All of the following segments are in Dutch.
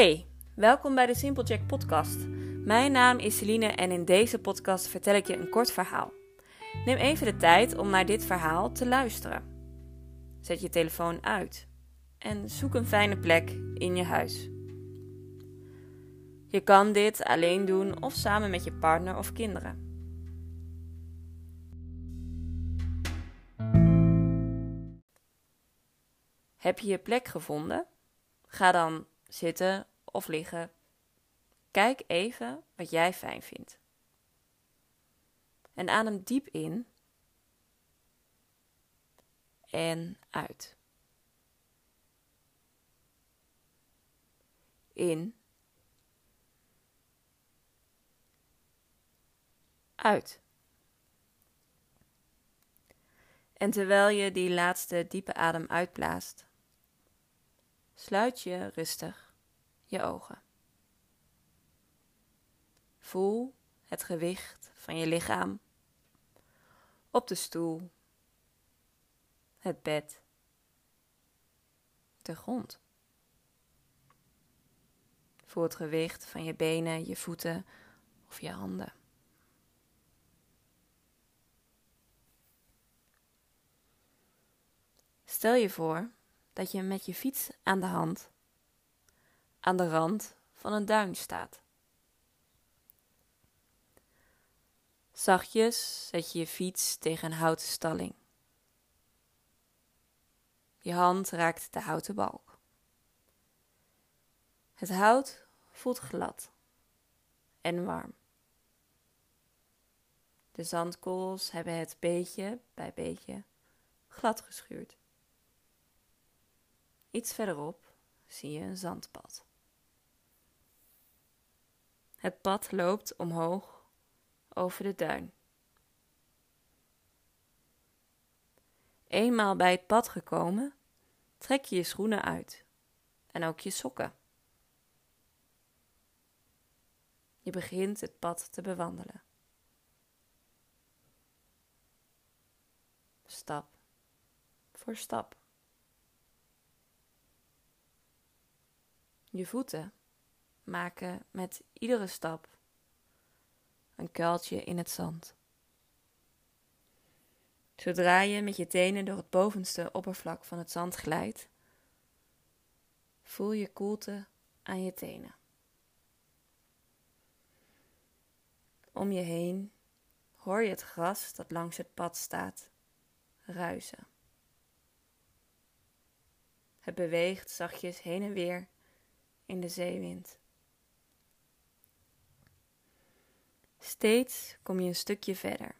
Hey, welkom bij de Simplejack podcast. Mijn naam is Celine en in deze podcast vertel ik je een kort verhaal. Neem even de tijd om naar dit verhaal te luisteren. Zet je telefoon uit en zoek een fijne plek in je huis. Je kan dit alleen doen of samen met je partner of kinderen. Heb je je plek gevonden? Ga dan zitten of liggen. Kijk even wat jij fijn vindt. En adem diep in en uit. In. Uit. En terwijl je die laatste diepe adem uitblaast, sluit je rustig je ogen. Voel het gewicht van je lichaam op de stoel, het bed, de grond. Voel het gewicht van je benen, je voeten of je handen. Stel je voor dat je met je fiets aan de hand aan de rand van een duin staat. Zachtjes zet je je fiets tegen een houten stalling. Je hand raakt de houten balk. Het hout voelt glad en warm. De zandkorrels hebben het beetje bij beetje glad geschuurd. Iets verderop zie je een zandpad. Het pad loopt omhoog over de duin. Eenmaal bij het pad gekomen, trek je je schoenen uit en ook je sokken. Je begint het pad te bewandelen. Stap voor stap. Je voeten maken met iedere stap een kuiltje in het zand. Zodra je met je tenen door het bovenste oppervlak van het zand glijdt, voel je koelte aan je tenen. Om je heen hoor je het gras dat langs het pad staat ruizen. Het beweegt zachtjes heen en weer in de zeewind. Steeds kom je een stukje verder.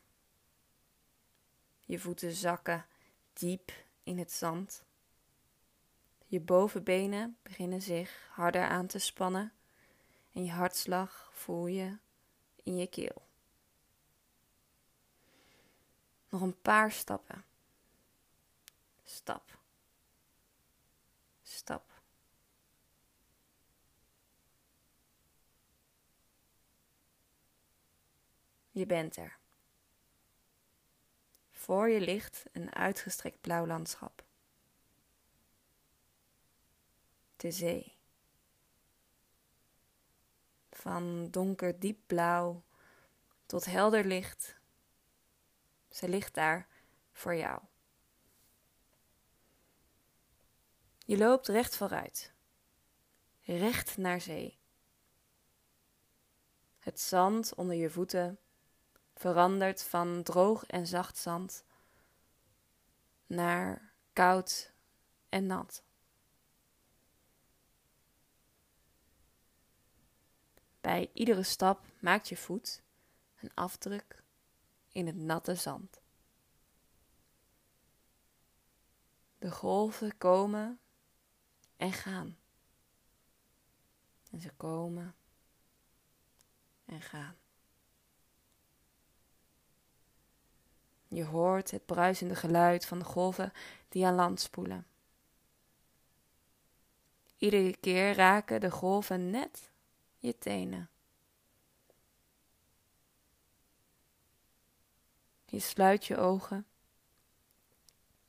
Je voeten zakken diep in het zand. Je bovenbenen beginnen zich harder aan te spannen en je hartslag voel je in je keel. Nog een paar stappen. Stap. Stap. Je bent er. Voor je ligt een uitgestrekt blauw landschap. De zee. Van donker diep blauw tot helder licht. Ze ligt daar voor jou. Je loopt recht vooruit. Recht naar zee. Het zand onder je voeten verandert van droog en zacht zand naar koud en nat. Bij iedere stap maakt je voet een afdruk in het natte zand. De golven komen en gaan. En ze komen en gaan. Je hoort het bruisende geluid van de golven die aan land spoelen. Iedere keer raken de golven net je tenen. Je sluit je ogen.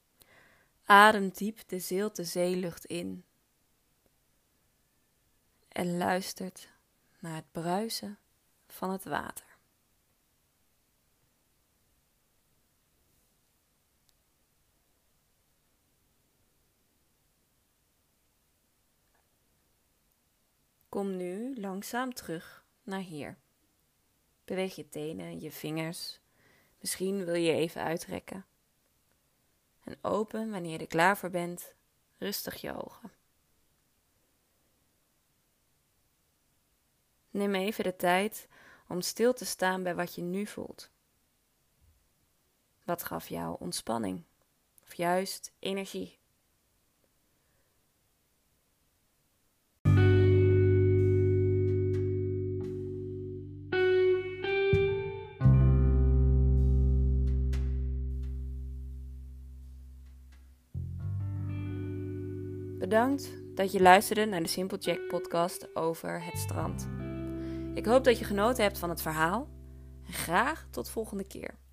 Adem diep de zilte zeelucht in. en luistert naar het bruisen van het water. Kom nu langzaam terug naar hier. Beweeg je tenen, je vingers. Misschien wil je je even uitrekken. En open, wanneer je er klaar voor bent, rustig je ogen. Neem even de tijd om stil te staan bij wat je nu voelt. Wat gaf jou ontspanning of juist energie? Bedankt dat je luisterde naar de Simple Jack podcast over het strand. Ik hoop dat je genoten hebt van het verhaal en graag tot volgende keer.